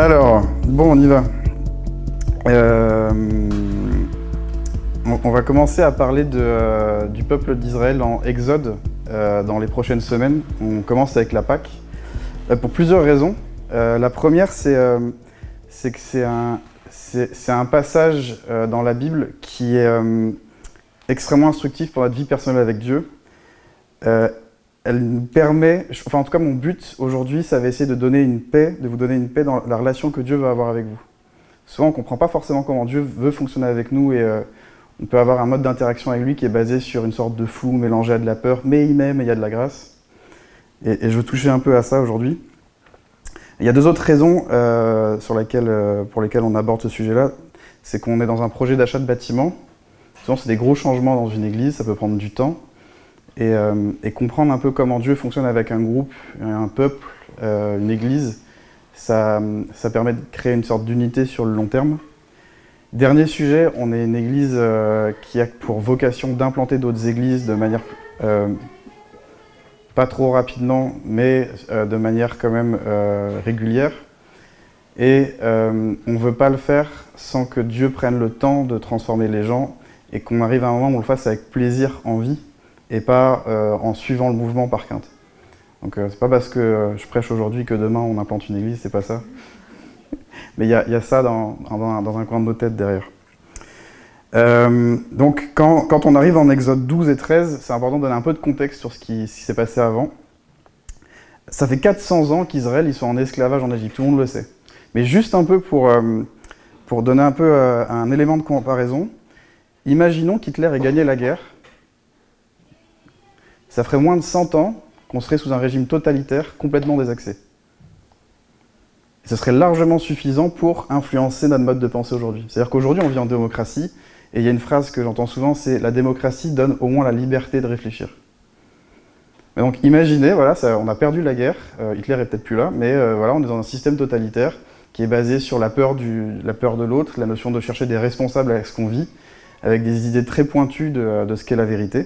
Alors, bon, on y va. On va commencer à parler du peuple d'Israël en Exode dans les prochaines semaines. On commence avec la Pâque, pour plusieurs raisons. La première, c'est que c'est un passage dans la Bible qui est extrêmement instructif pour notre vie personnelle avec Dieu. Elle nous permet, enfin en tout cas mon but aujourd'hui, ça va essayer de donner une paix, de vous donner une paix dans la relation que Dieu veut avoir avec vous. Souvent on ne comprend pas forcément comment Dieu veut fonctionner avec nous et on peut avoir un mode d'interaction avec lui qui est basé sur une sorte de flou mélangé à de la peur, mais il m'aime et il y a de la grâce. Et je veux toucher un peu à ça aujourd'hui. Il y a deux autres raisons pour lesquelles on aborde ce sujet-là. C'est qu'on est dans un projet d'achat de bâtiment. Souvent c'est des gros changements dans une église, ça peut prendre du temps. Et comprendre un peu comment Dieu fonctionne avec un groupe, un peuple, une église, ça permet de créer une sorte d'unité sur le long terme. Dernier sujet, on est une église qui a pour vocation d'implanter d'autres églises de manière pas trop rapidement, mais de manière quand même régulière. Et on ne veut pas le faire sans que Dieu prenne le temps de transformer les gens et qu'on arrive à un moment où on le fasse avec plaisir, envie, et pas en suivant le mouvement par quinte. Donc c'est pas parce que je prêche aujourd'hui que demain on implante une église, c'est pas ça. Mais il y a ça dans un coin de nos têtes derrière. Donc quand on arrive en Exode 12 et 13, c'est important de donner un peu de contexte sur ce qui s'est passé avant. Ça fait 400 ans qu'Israël ils sont en esclavage en Égypte, tout le monde le sait. Mais juste un peu pour donner un peu un élément de comparaison, imaginons qu'Hitler ait gagné la guerre. Ça ferait moins de 100 ans qu'on serait sous un régime totalitaire complètement désaxé. Et ce serait largement suffisant pour influencer notre mode de pensée aujourd'hui. C'est-à-dire qu'aujourd'hui, on vit en démocratie, et il y a une phrase que j'entends souvent, c'est « la démocratie donne au moins la liberté de réfléchir ». Donc imaginez, voilà, on a perdu la guerre, Hitler est peut-être plus là, mais voilà, on est dans un système totalitaire qui est basé sur la peur de l'autre, la notion de chercher des responsables avec ce qu'on vit, avec des idées très pointues de ce qu'est la vérité.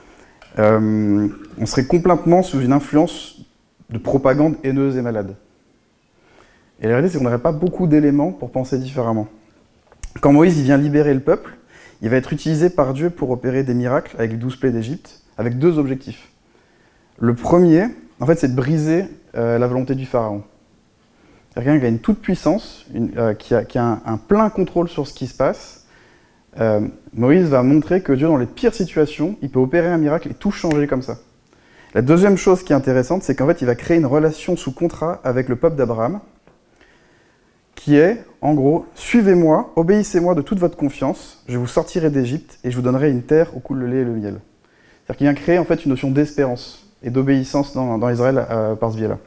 On serait complètement sous une influence de propagande haineuse et malade. Et la réalité, c'est qu'on n'aurait pas beaucoup d'éléments pour penser différemment. Quand Moïse vient libérer le peuple, il va être utilisé par Dieu pour opérer des miracles avec les 12 plaies d'Égypte, avec deux objectifs. Le premier, en fait, c'est de briser la volonté du pharaon. C'est quelqu'un qui a une toute-puissance, qui a un plein contrôle sur ce qui se passe. Moïse va montrer que Dieu, dans les pires situations, il peut opérer un miracle et tout changer comme ça. La deuxième chose qui est intéressante, c'est qu'en fait, il va créer une relation sous contrat avec le peuple d'Abraham, qui est, en gros, suivez-moi, obéissez-moi de toute votre confiance, je vous sortirai d'Égypte et je vous donnerai une terre où coule le lait et le miel. C'est-à-dire qu'il vient créer en fait une notion d'espérance et d'obéissance dans Israël par ce biais-là.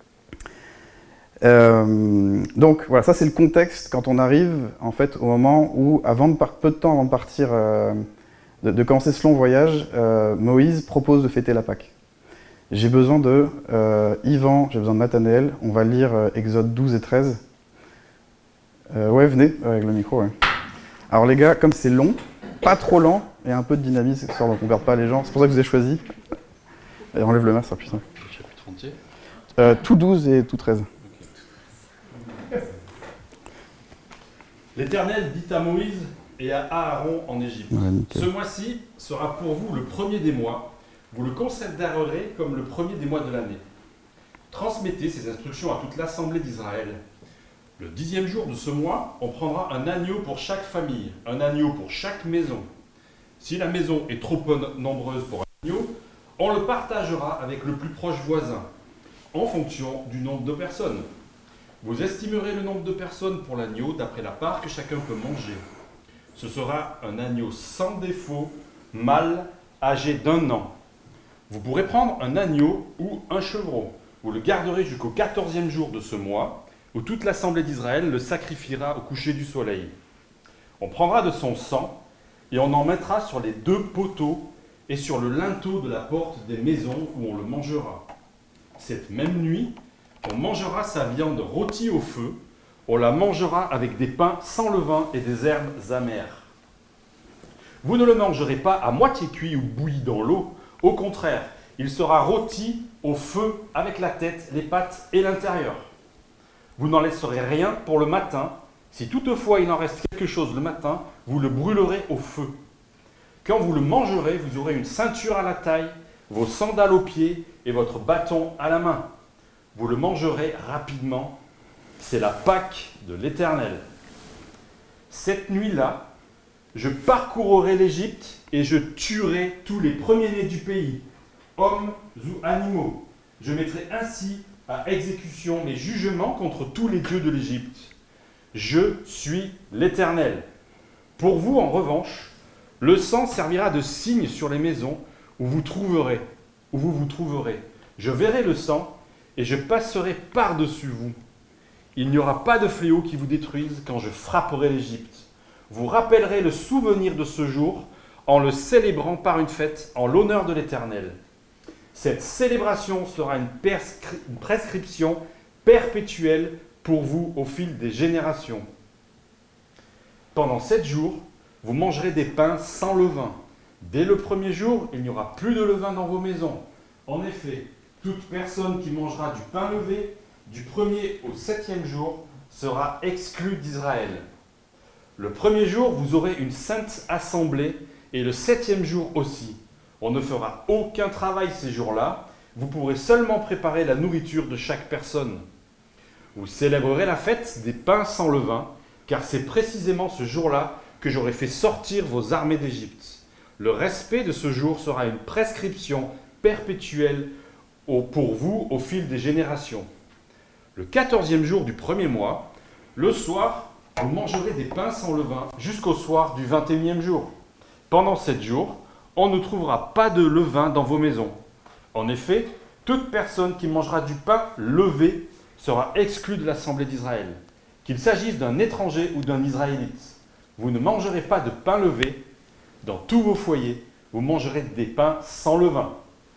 Donc voilà, ça c'est le contexte quand on arrive en fait au moment où, peu de temps avant de partir, de commencer ce long voyage, Moïse propose de fêter la Pâque. J'ai besoin de Yvan, j'ai besoin de Nathanaël, on va lire Exode 12 et 13. Ouais, venez avec le micro. Ouais. Alors les gars, comme c'est long, pas trop lent et un peu de dynamisme, histoire qu'on ne perde pas les gens. C'est pour ça que je vous ai choisi. Allez, enlève le masque, ça sera plus simple. Chapitre entier tout 12 et tout 13. L'Éternel dit à Moïse et à Aaron en Égypte, ce mois-ci sera pour vous le premier des mois, vous le considérerez comme le premier des mois de l'année. Transmettez ces instructions à toute l'assemblée d'Israël. Le 10e jour de ce mois, on prendra un agneau pour chaque famille, un agneau pour chaque maison. Si la maison est trop nombreuse pour un agneau, on le partagera avec le plus proche voisin, en fonction du nombre de personnes. Vous estimerez le nombre de personnes pour l'agneau d'après la part que chacun peut manger. Ce sera un agneau sans défaut, mâle, âgé d'1 an. Vous pourrez prendre un agneau ou un chevreau. Vous le garderez jusqu'au 14e jour de ce mois, où toute l'assemblée d'Israël le sacrifiera au coucher du soleil. On prendra de son sang et on en mettra sur les 2 poteaux et sur le linteau de la porte des maisons où on le mangera. Cette même nuit, on mangera sa viande rôtie au feu, on la mangera avec des pains sans levain et des herbes amères. Vous ne le mangerez pas à moitié cuit ou bouilli dans l'eau, au contraire, il sera rôti au feu avec la tête, les pattes et l'intérieur. Vous n'en laisserez rien pour le matin. Si toutefois il en reste quelque chose le matin, vous le brûlerez au feu. Quand vous le mangerez, vous aurez une ceinture à la taille, vos sandales aux pieds et votre bâton à la main. Vous le mangerez rapidement. C'est la Pâque de l'Éternel. Cette nuit-là, je parcourrai l'Égypte et je tuerai tous les premiers-nés du pays, hommes ou animaux. Je mettrai ainsi à exécution mes jugements contre tous les dieux de l'Égypte. Je suis l'Éternel. Pour vous, en revanche, le sang servira de signe sur les maisons où vous vous trouverez. Je verrai le sang et je passerai par-dessus vous. Il n'y aura pas de fléau qui vous détruise quand je frapperai l'Égypte. Vous rappellerez le souvenir de ce jour en le célébrant par une fête en l'honneur de l'Éternel. Cette célébration sera une prescription perpétuelle pour vous au fil des générations. Pendant 7 jours, vous mangerez des pains sans levain. Dès le premier jour, il n'y aura plus de levain dans vos maisons. En effet, toute personne qui mangera du pain levé du 1er au 7e jour sera exclue d'Israël. Le premier jour, vous aurez une sainte assemblée et le 7e jour aussi. On ne fera aucun travail ces jours-là. Vous pourrez seulement préparer la nourriture de chaque personne. Vous célébrerez la fête des pains sans levain, car c'est précisément ce jour-là que j'aurai fait sortir vos armées d'Égypte. Le respect de ce jour sera une prescription perpétuelle pour vous au fil des générations. Le 14e jour du premier mois, le soir, vous mangerez des pains sans levain jusqu'au soir du 21e jour. Pendant 7 jours, on ne trouvera pas de levain dans vos maisons. En effet, toute personne qui mangera du pain levé sera exclue de l'assemblée d'Israël. Qu'il s'agisse d'un étranger ou d'un Israélite, vous ne mangerez pas de pain levé. Dans tous vos foyers, vous mangerez des pains sans levain.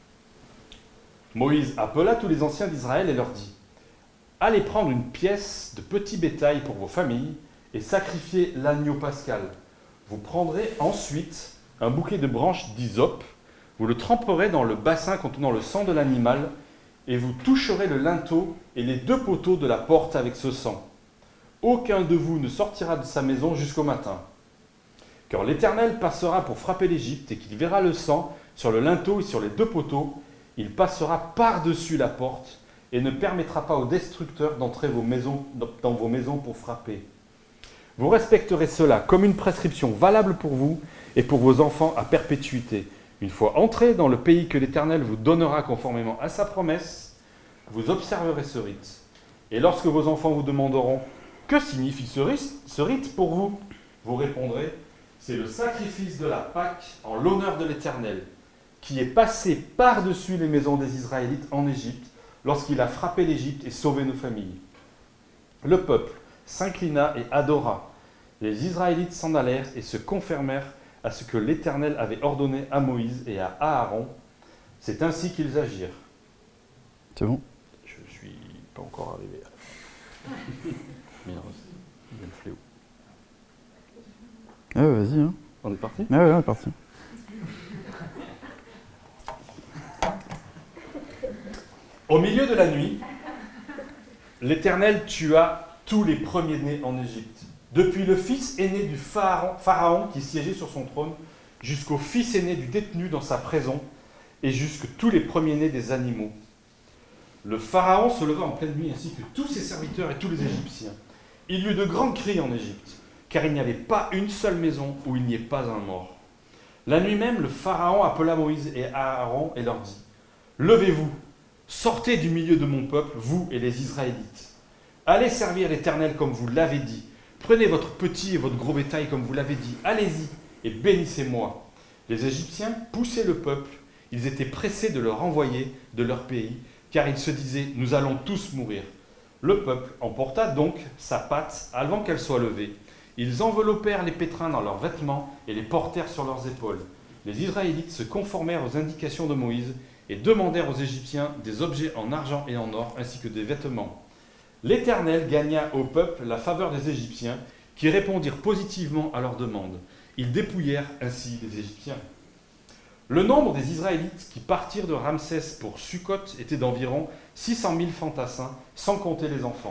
Moïse appela tous les anciens d'Israël et leur dit : allez prendre une pièce de petit bétail pour vos familles et sacrifier l'agneau pascal. Vous prendrez ensuite un bouquet de branches d'hysope, vous le tremperez dans le bassin contenant le sang de l'animal et vous toucherez le linteau et les 2 poteaux de la porte avec ce sang. Aucun de vous ne sortira de sa maison jusqu'au matin. Quand l'Éternel passera pour frapper l'Égypte et qu'il verra le sang sur le linteau et sur les 2 poteaux, il passera par-dessus la porte et ne permettra pas aux destructeurs d'entrer dans vos maisons pour frapper. Vous respecterez cela comme une prescription valable pour vous et pour vos enfants à perpétuité. Une fois entrés dans le pays que l'Éternel vous donnera conformément à sa promesse, vous observerez ce rite. Et lorsque vos enfants vous demanderont « Que signifie ce rite pour vous ?» vous répondrez « C'est le sacrifice de la Pâque en l'honneur de l'Éternel, qui est passé par-dessus les maisons des Israélites en Égypte, lorsqu'il a frappé l'Égypte et sauvé nos familles. » Le peuple s'inclina et adora. Les Israélites s'en allèrent et se conformèrent à ce que l'Éternel avait ordonné à Moïse et à Aaron. C'est ainsi qu'ils agirent. C'est bon? Je ne suis pas encore arrivé. Mais non, il y a le fléau. Ah ouais, vas-y. Hein. On est parti? Ah ouais, on est parti. Au milieu de la nuit, l'Éternel tua tous les premiers-nés en Égypte, depuis le fils aîné du pharaon qui siégeait sur son trône, jusqu'au fils aîné du détenu dans sa prison, et jusque tous les premiers-nés des animaux. Le pharaon se leva en pleine nuit, ainsi que tous ses serviteurs et tous les Égyptiens. Il y eut de grands cris en Égypte, car il n'y avait pas une seule maison où il n'y ait pas un mort. La nuit même, le pharaon appela Moïse et Aaron et leur dit : Levez-vous, sortez du milieu de mon peuple, vous et les Israélites. Allez servir l'Éternel comme vous l'avez dit. Prenez votre petit et votre gros bétail comme vous l'avez dit. Allez-y et bénissez-moi. Les Égyptiens poussaient le peuple. Ils étaient pressés de le renvoyer de leur pays, car ils se disaient : nous allons tous mourir. Le peuple emporta donc sa pâte avant qu'elle soit levée. Ils enveloppèrent les pétrins dans leurs vêtements et les portèrent sur leurs épaules. Les Israélites se conformèrent aux indications de Moïse et demandèrent aux Égyptiens des objets en argent et en or, ainsi que des vêtements. L'Éternel gagna au peuple la faveur des Égyptiens, qui répondirent positivement à leurs demandes. Ils dépouillèrent ainsi les Égyptiens. Le nombre des Israélites qui partirent de Ramsès pour Sukkot était d'environ 600 000 fantassins, sans compter les enfants.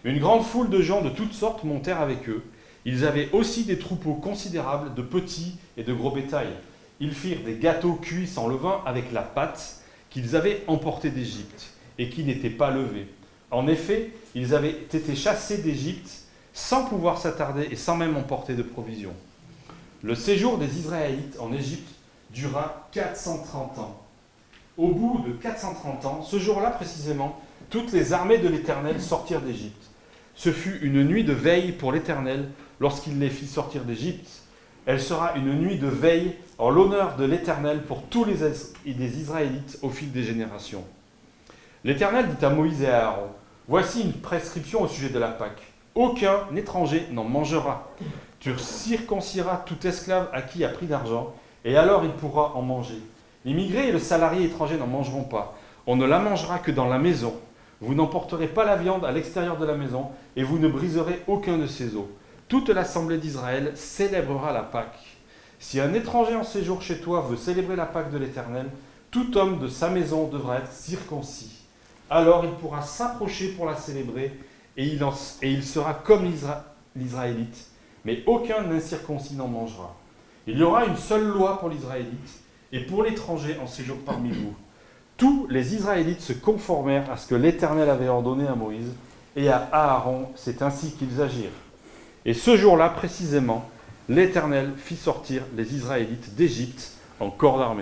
Une grande foule de gens de toutes sortes montèrent avec eux. Ils avaient aussi des troupeaux considérables de petits et de gros bétail. Ils firent des gâteaux cuits sans levain avec la pâte qu'ils avaient emportée d'Égypte et qui n'était pas levée. En effet, ils avaient été chassés d'Égypte sans pouvoir s'attarder et sans même emporter de provisions. Le séjour des Israélites en Égypte dura 430 ans. Au bout de 430 ans, ce jour-là précisément, toutes les armées de l'Éternel sortirent d'Égypte. Ce fut une nuit de veille pour l'Éternel lorsqu'il les fit sortir d'Égypte. Elle sera une nuit de veille en l'honneur de l'Éternel pour tous les Israélites au fil des générations. L'Éternel dit à Moïse et à Aaron, « Voici une prescription au sujet de la Pâque. Aucun étranger n'en mangera. Tu circonciras tout esclave acquis à prix d'argent, et alors il pourra en manger. L'immigré et le salarié étranger n'en mangeront pas. On ne la mangera que dans la maison. Vous n'emporterez pas la viande à l'extérieur de la maison, et vous ne briserez aucun de ses os. Toute l'assemblée d'Israël célébrera la Pâque. Si un étranger en séjour chez toi veut célébrer la Pâque de l'Éternel, tout homme de sa maison devra être circoncis. Alors il pourra s'approcher pour la célébrer, et il sera comme l'Israélite, mais aucun incirconcis n'en mangera. Il y aura une seule loi pour l'Israélite, et pour l'étranger en séjour parmi vous. Tous les Israélites se conformèrent à ce que l'Éternel avait ordonné à Moïse, et à Aaron, c'est ainsi qu'ils agirent. Et ce jour-là, précisément, l'Éternel fit sortir les Israélites d'Égypte en corps d'armée.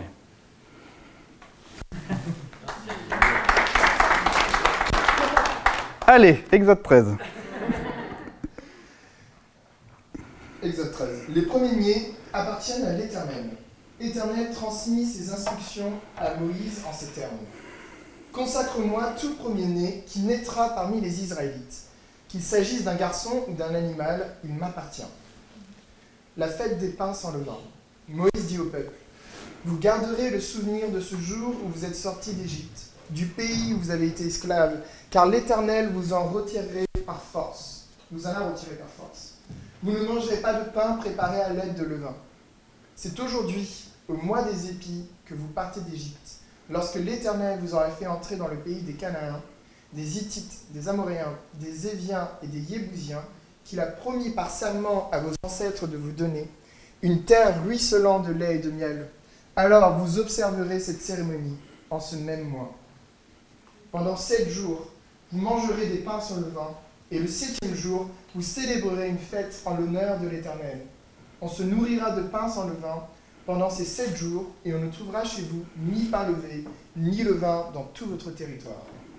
Allez, Exode 13. Exode 13. Les premiers-nés appartiennent à l'Éternel. L'Éternel transmit ses instructions à Moïse en ces termes. Consacre-moi tout premier-né qui naîtra parmi les Israélites. Qu'il s'agisse d'un garçon ou d'un animal, il m'appartient. La fête des pains sans levain. Moïse dit au peuple, vous garderez le souvenir de ce jour où vous êtes sortis d'Égypte, du pays où vous avez été esclaves, car l'Éternel vous en retirerait par force. Vous en a retiré par force. Vous ne mangerez pas de pain préparé à l'aide de levain. C'est aujourd'hui, au mois des épis, que vous partez d'Égypte, lorsque l'Éternel vous aura fait entrer dans le pays des Cananéens, des Hittites, des Amoréens, des Éviens et des Yébousiens, qu'il a promis par serment à vos ancêtres de vous donner, une terre ruisselant de lait et de miel. Alors vous observerez cette cérémonie en ce même mois. Pendant 7 jours, vous mangerez des pains sans levain, et le 7e jour, vous célébrerez une fête en l'honneur de l'Éternel. On se nourrira de pain sans levain pendant ces 7 jours, et on ne trouvera chez vous ni pain levé, ni levain dans tout votre territoire.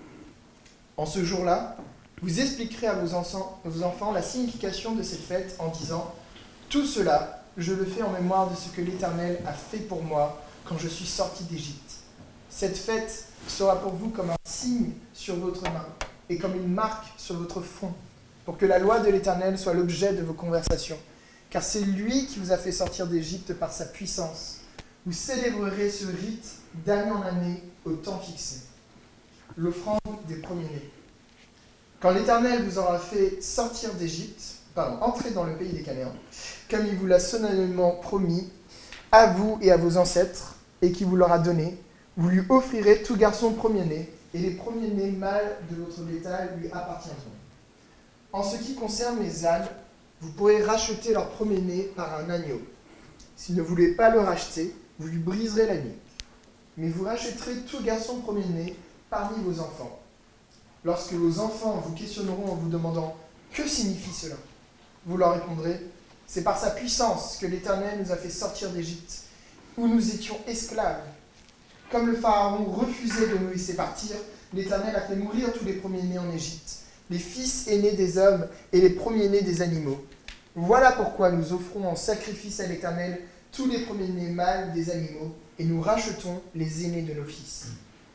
En ce jour-là, vous expliquerez à vos enfants la signification de cette fête en disant « Tout cela, je le fais en mémoire de ce que l'Éternel a fait pour moi quand je suis sorti d'Égypte. Cette fête sera pour vous comme un signe sur votre main et comme une marque sur votre front, pour que la loi de l'Éternel soit l'objet de vos conversations. Car c'est lui qui vous a fait sortir d'Égypte par sa puissance. Vous célébrerez ce rite d'année en année au temps fixé. » L'offrande des premiers-nés. Quand l'Éternel vous aura fait sortir d'Égypte, entrer dans le pays des Cananéens, comme il vous l'a solennellement promis, à vous et à vos ancêtres, et qu'il vous l'aura donné, vous lui offrirez tout garçon premier-né, et les premiers-nés mâles de votre bétail lui appartiendront. En ce qui concerne les ânes, vous pourrez racheter leur premier-né par un agneau. S'il ne voulait pas le racheter, vous lui briserez la nuque. Mais vous rachèterez tout garçon premier-né parmi vos enfants. Lorsque vos enfants vous questionneront en vous demandant « Que signifie cela ?» vous leur répondrez « C'est par sa puissance que l'Éternel nous a fait sortir d'Égypte, où nous étions esclaves. Comme le Pharaon refusait de nous laisser partir, l'Éternel a fait mourir tous les premiers-nés en Égypte, les fils aînés des hommes et les premiers-nés des animaux. Voilà pourquoi nous offrons en sacrifice à l'Éternel tous les premiers-nés mâles des animaux, et nous rachetons les aînés de nos fils.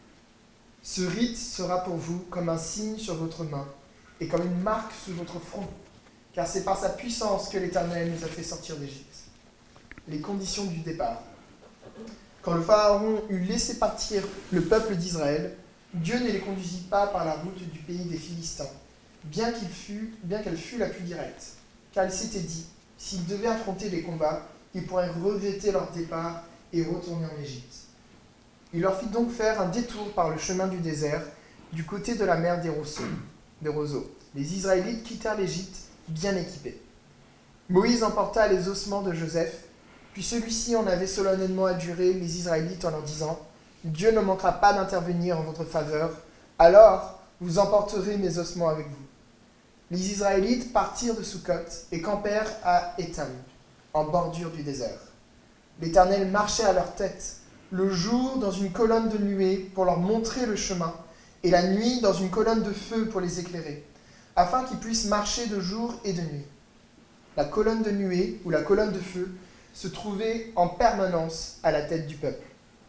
Ce rite sera pour vous comme un signe sur votre main et comme une marque sur votre front, car c'est par sa puissance que l'Éternel nous a fait sortir d'Égypte. Les conditions du départ. Quand le Pharaon eut laissé partir le peuple d'Israël, Dieu ne les conduisit pas par la route du pays des Philistins, bien qu'elle fût la plus directe, car il s'était dit, s'ils devaient affronter les combats, ils pourraient regretter leur départ et retourner en Égypte. Il leur fit donc faire un détour par le chemin du désert, du côté de la mer des roseaux. les Israélites quittèrent l'Égypte bien équipés. Moïse emporta les ossements de Joseph, puis celui-ci en avait solennellement adjuré les Israélites en leur disant « Dieu ne manquera pas d'intervenir en votre faveur, alors vous emporterez mes ossements avec vous. » Les Israélites partirent de Sukkot et campèrent à Étam, en bordure du désert. L'Éternel marchait à leur tête, le jour dans une colonne de nuée pour leur montrer le chemin, et la nuit dans une colonne de feu pour les éclairer, afin qu'ils puissent marcher de jour et de nuit. La colonne de nuée ou la colonne de feu se trouvait en permanence à la tête du peuple.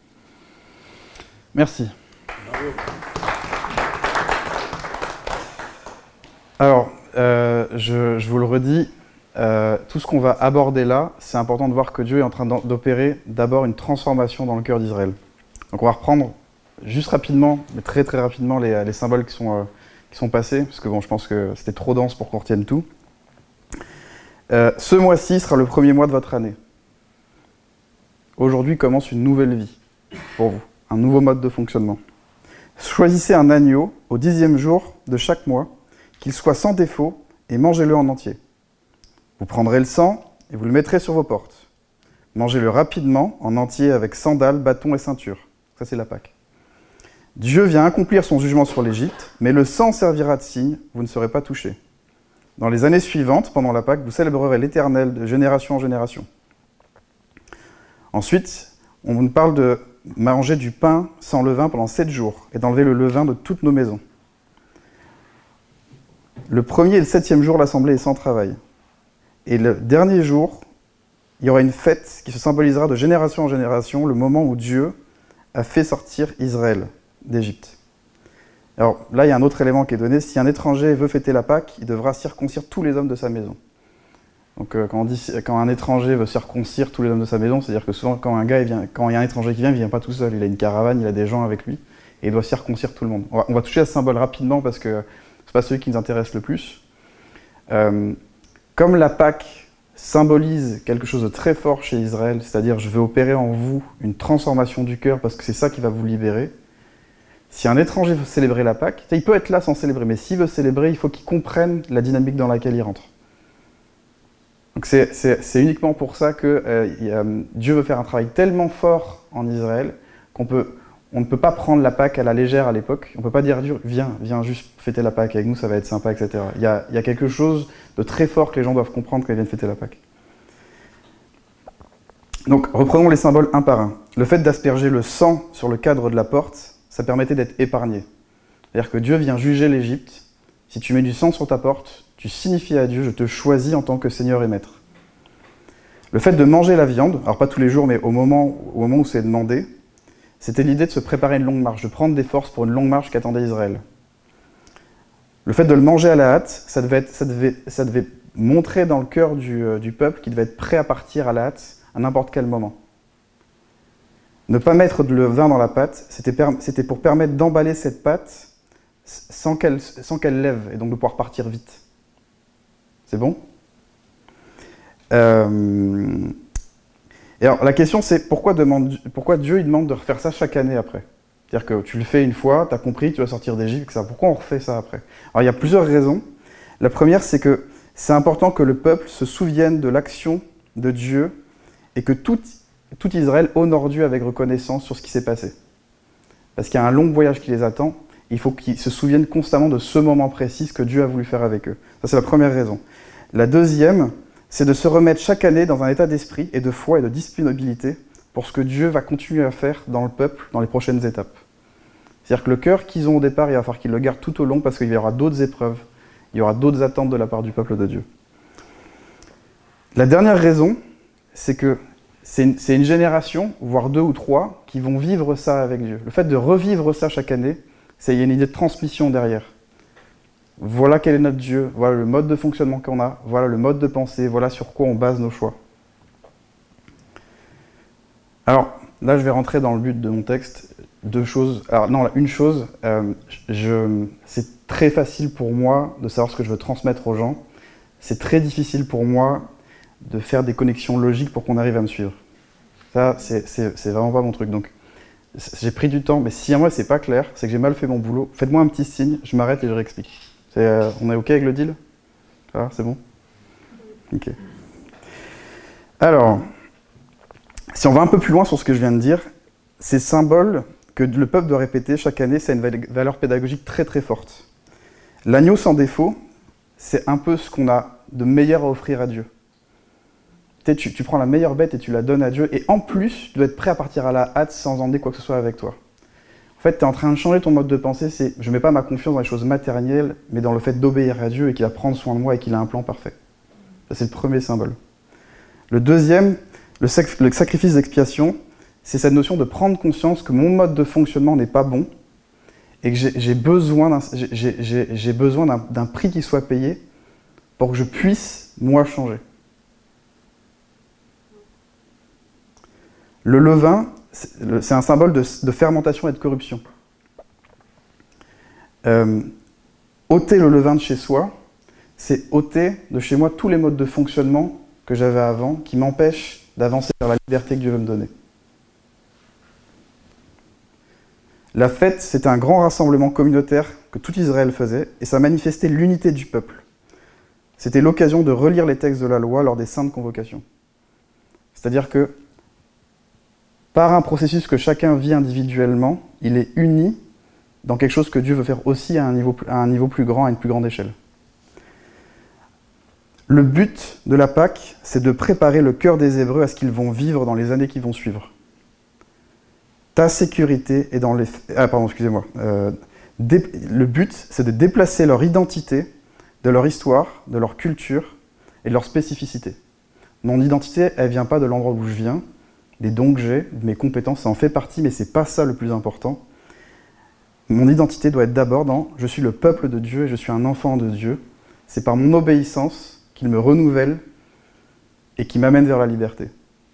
Merci. Bravo. Alors, je vous le redis, tout ce qu'on va aborder là, c'est important de voir que Dieu est en train d'opérer d'abord une transformation dans le cœur d'Israël. Donc on va reprendre juste rapidement, mais très très rapidement, les symboles qui sont passés, parce que bon, je pense que c'était trop dense pour qu'on retienne tout. Ce mois-ci sera le premier mois de votre année. Aujourd'hui commence une nouvelle vie pour vous, un nouveau mode de fonctionnement. Choisissez un agneau au 10e jour de chaque mois, qu'il soit sans défaut, et mangez-le en entier. Vous prendrez le sang et vous le mettrez sur vos portes. Mangez-le rapidement, en entier, avec sandales, bâtons et ceinture. Ça, c'est la Pâque. Dieu vient accomplir son jugement sur l'Égypte, mais le sang servira de signe, vous ne serez pas touchés. Dans les années suivantes, pendant la Pâque, vous célébrerez l'Éternel de génération en génération. Ensuite, on nous parle de manger du pain sans levain pendant 7 jours et d'enlever le levain de toutes nos maisons. Le 1er et le 7e jour, l'assemblée est sans travail. Et le dernier jour, il y aura une fête qui se symbolisera de génération en génération, le moment où Dieu a fait sortir Israël d'Égypte. Alors là, il y a un autre élément qui est donné. Si un étranger veut fêter la Pâque, il devra circoncire tous les hommes de sa maison. Donc quand un étranger veut circoncire tous les hommes de sa maison, c'est-à-dire que souvent quand il y a un étranger qui vient, il ne vient pas tout seul. Il a une caravane, il a des gens avec lui, et il doit circoncire tout le monde. On va toucher à ce symbole rapidement parce que ce n'est pas celui qui nous intéresse le plus. Comme la Pâque symbolise quelque chose de très fort chez Israël, c'est-à-dire je vais opérer en vous une transformation du cœur parce que c'est ça qui va vous libérer. Si un étranger veut célébrer la Pâque, il peut être là sans célébrer, mais s'il veut célébrer, il faut qu'il comprenne la dynamique dans laquelle il rentre. Donc c'est uniquement pour ça que Dieu veut faire un travail tellement fort en Israël qu'on ne peut pas prendre la Pâque à la légère à l'époque. On ne peut pas dire Dieu, viens juste fêter la Pâque avec nous, ça va être sympa, etc. Il y a quelque chose de très fort que les gens doivent comprendre quand ils viennent fêter la Pâque. Donc reprenons les symboles un par un. Le fait d'asperger le sang sur le cadre de la porte, ça permettait d'être épargné. C'est-à-dire que Dieu vient juger l'Égypte. Si tu mets du sang sur ta porte, tu signifies à Dieu, je te choisis en tant que Seigneur et Maître. Le fait de manger la viande, alors pas tous les jours, mais au moment où c'est demandé, c'était l'idée de se préparer une longue marche, de prendre des forces pour une longue marche qu'attendait Israël. Le fait de le manger à la hâte, ça devait montrer dans le cœur du peuple qu'il devait être prêt à partir à la hâte à n'importe quel moment. Ne pas mettre de levain dans la pâte, c'était pour permettre d'emballer cette pâte sans qu'elle lève, et donc de pouvoir partir vite. C'est bon ? Et alors, la question c'est pourquoi Dieu il demande de refaire ça chaque année après ? C'est-à-dire que tu le fais une fois, tu as compris, tu vas sortir d'Égypte, etc. Pourquoi on refait ça après ? Alors il y a plusieurs raisons. La première, c'est que c'est important que le peuple se souvienne de l'action de Dieu et que tout Israël honore Dieu avec reconnaissance sur ce qui s'est passé. Parce qu'il y a un long voyage qui les attend, il faut qu'ils se souviennent constamment de ce moment précis, ce que Dieu a voulu faire avec eux. Ça, c'est la première raison. La deuxième, c'est de se remettre chaque année dans un état d'esprit et de foi et de disponibilité pour ce que Dieu va continuer à faire dans le peuple dans les prochaines étapes. C'est-à-dire que le cœur qu'ils ont au départ, il va falloir qu'ils le gardent tout au long parce qu'il y aura d'autres épreuves, il y aura d'autres attentes de la part du peuple de Dieu. La dernière raison, c'est que c'est une génération, voire 2 ou 3, qui vont vivre ça avec Dieu. Le fait de revivre ça chaque année, il y a une idée de transmission derrière. Voilà quel est notre Dieu, voilà le mode de fonctionnement qu'on a, voilà le mode de pensée, voilà sur quoi on base nos choix. Alors, là je vais rentrer dans le but de mon texte. 2 choses. Alors non, une chose, c'est très facile pour moi de savoir ce que je veux transmettre aux gens. C'est très difficile pour moi de faire des connexions logiques pour qu'on arrive à me suivre. Ça, c'est vraiment pas mon truc. Donc, j'ai pris du temps, mais si à moi c'est pas clair, c'est que j'ai mal fait mon boulot. Faites-moi un petit signe, je m'arrête et je réexplique. On est OK avec le deal? Ah, c'est bon? OK. Alors, si on va un peu plus loin sur ce que je viens de dire, ces symboles que le peuple doit répéter chaque année, ça a une valeur pédagogique très très forte. L'agneau sans défaut, c'est un peu ce qu'on a de meilleur à offrir à Dieu. Tu prends la meilleure bête et tu la donnes à Dieu, et en plus, tu dois être prêt à partir à la hâte sans emmener quoi que ce soit avec toi. En fait, tu es en train de changer ton mode de pensée, c'est je ne mets pas ma confiance dans les choses matérielles, mais dans le fait d'obéir à Dieu et qu'il va prendre soin de moi et qu'il a un plan parfait. Ça, c'est le premier symbole. Le deuxième, le sacrifice d'expiation, c'est cette notion de prendre conscience que mon mode de fonctionnement n'est pas bon et que j'ai besoin d'un prix qui soit payé pour que je puisse, moi, changer. Le levain, c'est un symbole de fermentation et de corruption. Ôter le levain de chez soi, c'est ôter de chez moi tous les modes de fonctionnement que j'avais avant, qui m'empêchent d'avancer vers la liberté que Dieu veut me donner. La fête, c'était un grand rassemblement communautaire que tout Israël faisait, et ça manifestait l'unité du peuple. C'était l'occasion de relire les textes de la loi lors des saintes convocations. C'est-à-dire que, par un processus que chacun vit individuellement, il est uni dans quelque chose que Dieu veut faire aussi à un niveau plus grand, à une plus grande échelle. Le but de la Pâque, c'est de préparer le cœur des Hébreux à ce qu'ils vont vivre dans les années qui vont suivre. Ta sécurité est dans les... Ah, pardon, excusez-moi. Le but, c'est de déplacer leur identité de leur histoire, de leur culture et de leur spécificité. Mon identité, elle ne vient pas de l'endroit où je viens, des dons que j'ai, de mes compétences, ça en fait partie, mais ce n'est pas ça le plus important. Mon identité doit être d'abord dans « je suis le peuple de Dieu et je suis un enfant de Dieu ». C'est par mon obéissance qu'il me renouvelle et qui m'amène vers la liberté.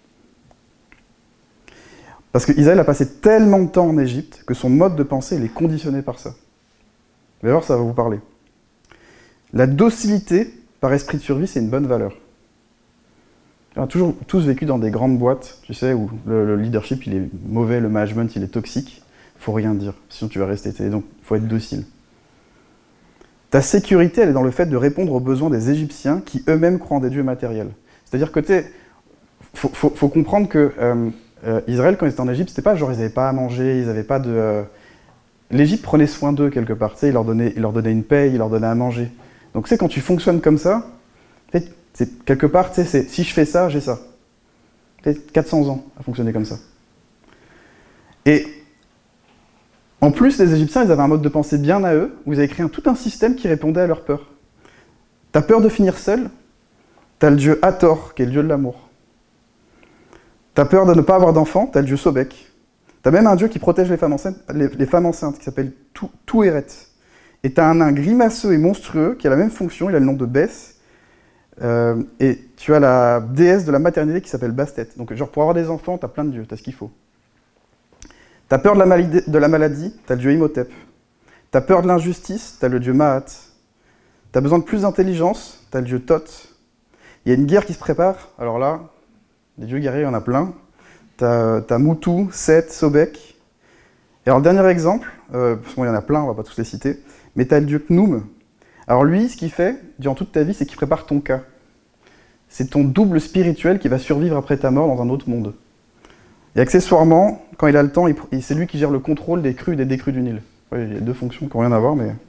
Parce qu'Israël a passé tellement de temps en Égypte que son mode de pensée il est conditionné par ça. Vous allez voir, ça va vous parler. La docilité par esprit de survie, c'est une bonne valeur. On a toujours tous vécu dans des grandes boîtes, tu sais, où le leadership il est mauvais, le management il est toxique. Il faut rien dire, sinon tu vas rester. Donc il faut être docile. Ta sécurité, elle est dans le fait de répondre aux besoins des Égyptiens qui eux-mêmes croient en des dieux matériels. C'est-à-dire que faut comprendre que Israël, quand ils étaient en Égypte, c'était pas genre ils n'avaient pas à manger, ils n'avaient pas de... L'Égypte prenait soin d'eux quelque part, tu sais, il leur donnait une paye, il leur donnait à manger. Donc tu sais, quand tu fonctionnes comme ça, c'est quelque part, tu sais, si je fais ça, j'ai ça. C'est 400 ans à fonctionner comme ça. Et en plus, les Égyptiens, ils avaient un mode de pensée bien à eux, où ils avaient créé tout un système qui répondait à leur peur. T'as peur de finir seul, t'as le dieu Hathor, qui est le dieu de l'amour. T'as peur de ne pas avoir d'enfants, t'as le dieu Sobek. T'as même un dieu qui protège les femmes enceintes, qui s'appelle Touéret. Et t'as un nain grimaceux et monstrueux qui a la même fonction, il a le nom de Bess. Et tu as la déesse de la maternité qui s'appelle Bastet. Donc genre pour avoir des enfants, t'as plein de dieux, t'as ce qu'il faut. T'as peur de la maladie, t'as le dieu Imhotep. T'as peur de l'injustice, t'as le dieu Mahat. T'as besoin de plus d'intelligence, t'as le dieu Thoth. Il y a une guerre qui se prépare, alors là, les dieux guerriers, il y en a plein. T'as Moutou, Seth, Sobek. Et alors le dernier exemple, parce qu'il y en a plein, on va pas tous les citer, mais t'as le dieu Khnum. Alors lui, ce qu'il fait, durant toute ta vie, c'est qu'il prépare ton cas. C'est ton double spirituel qui va survivre après ta mort dans un autre monde. Et accessoirement, quand il a le temps, c'est lui qui gère le contrôle des crues et des décrues du Nil. Ouais, il y a deux fonctions qui n'ont rien à voir, mais...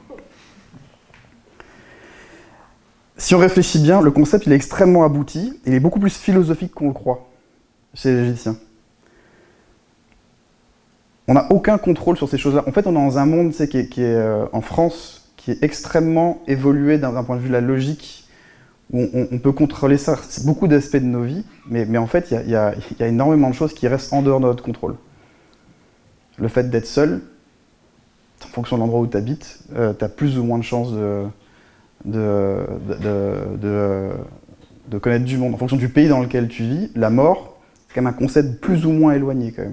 Si on réfléchit bien, le concept il est extrêmement abouti, il est beaucoup plus philosophique qu'on le croit chez les Égyptiens. On n'a aucun contrôle sur ces choses-là. En fait, on est dans un monde qui est en France, qui est extrêmement évolué d'un point de vue de la logique, où on peut contrôler ça, c'est beaucoup d'aspects de nos vies, mais en fait, il y a énormément de choses qui restent en dehors de notre contrôle. Le fait d'être seul, en fonction de l'endroit où tu habites, tu as plus ou moins de chances de connaître du monde. En fonction du pays dans lequel tu vis, la mort, c'est quand même un concept plus ou moins éloigné quand même.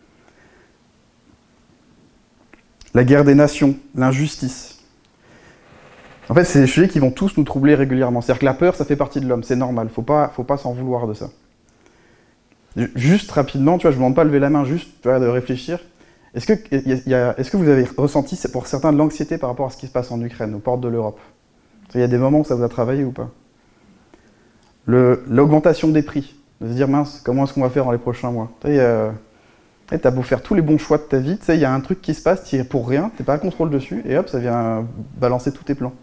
La guerre des nations, l'injustice. En fait, c'est des sujets qui vont tous nous troubler régulièrement. C'est-à-dire que la peur, ça fait partie de l'homme, c'est normal, faut pas s'en vouloir de ça. Juste rapidement, tu vois, je ne vous demande pas de lever la main, juste tu vois, de réfléchir. Est-ce que vous avez ressenti, pour certains, de l'anxiété par rapport à ce qui se passe en Ukraine, aux portes de l'Europe? Il y a des moments où ça vous a travaillé ou pas? L'augmentation des prix, de se dire, mince, comment est-ce qu'on va faire dans les prochains mois? T'as beau faire tous les bons choix de ta vie, il y a un truc qui se passe, tu es pour rien, t'es pas à contrôle dessus, et hop, ça vient balancer tous tes plans.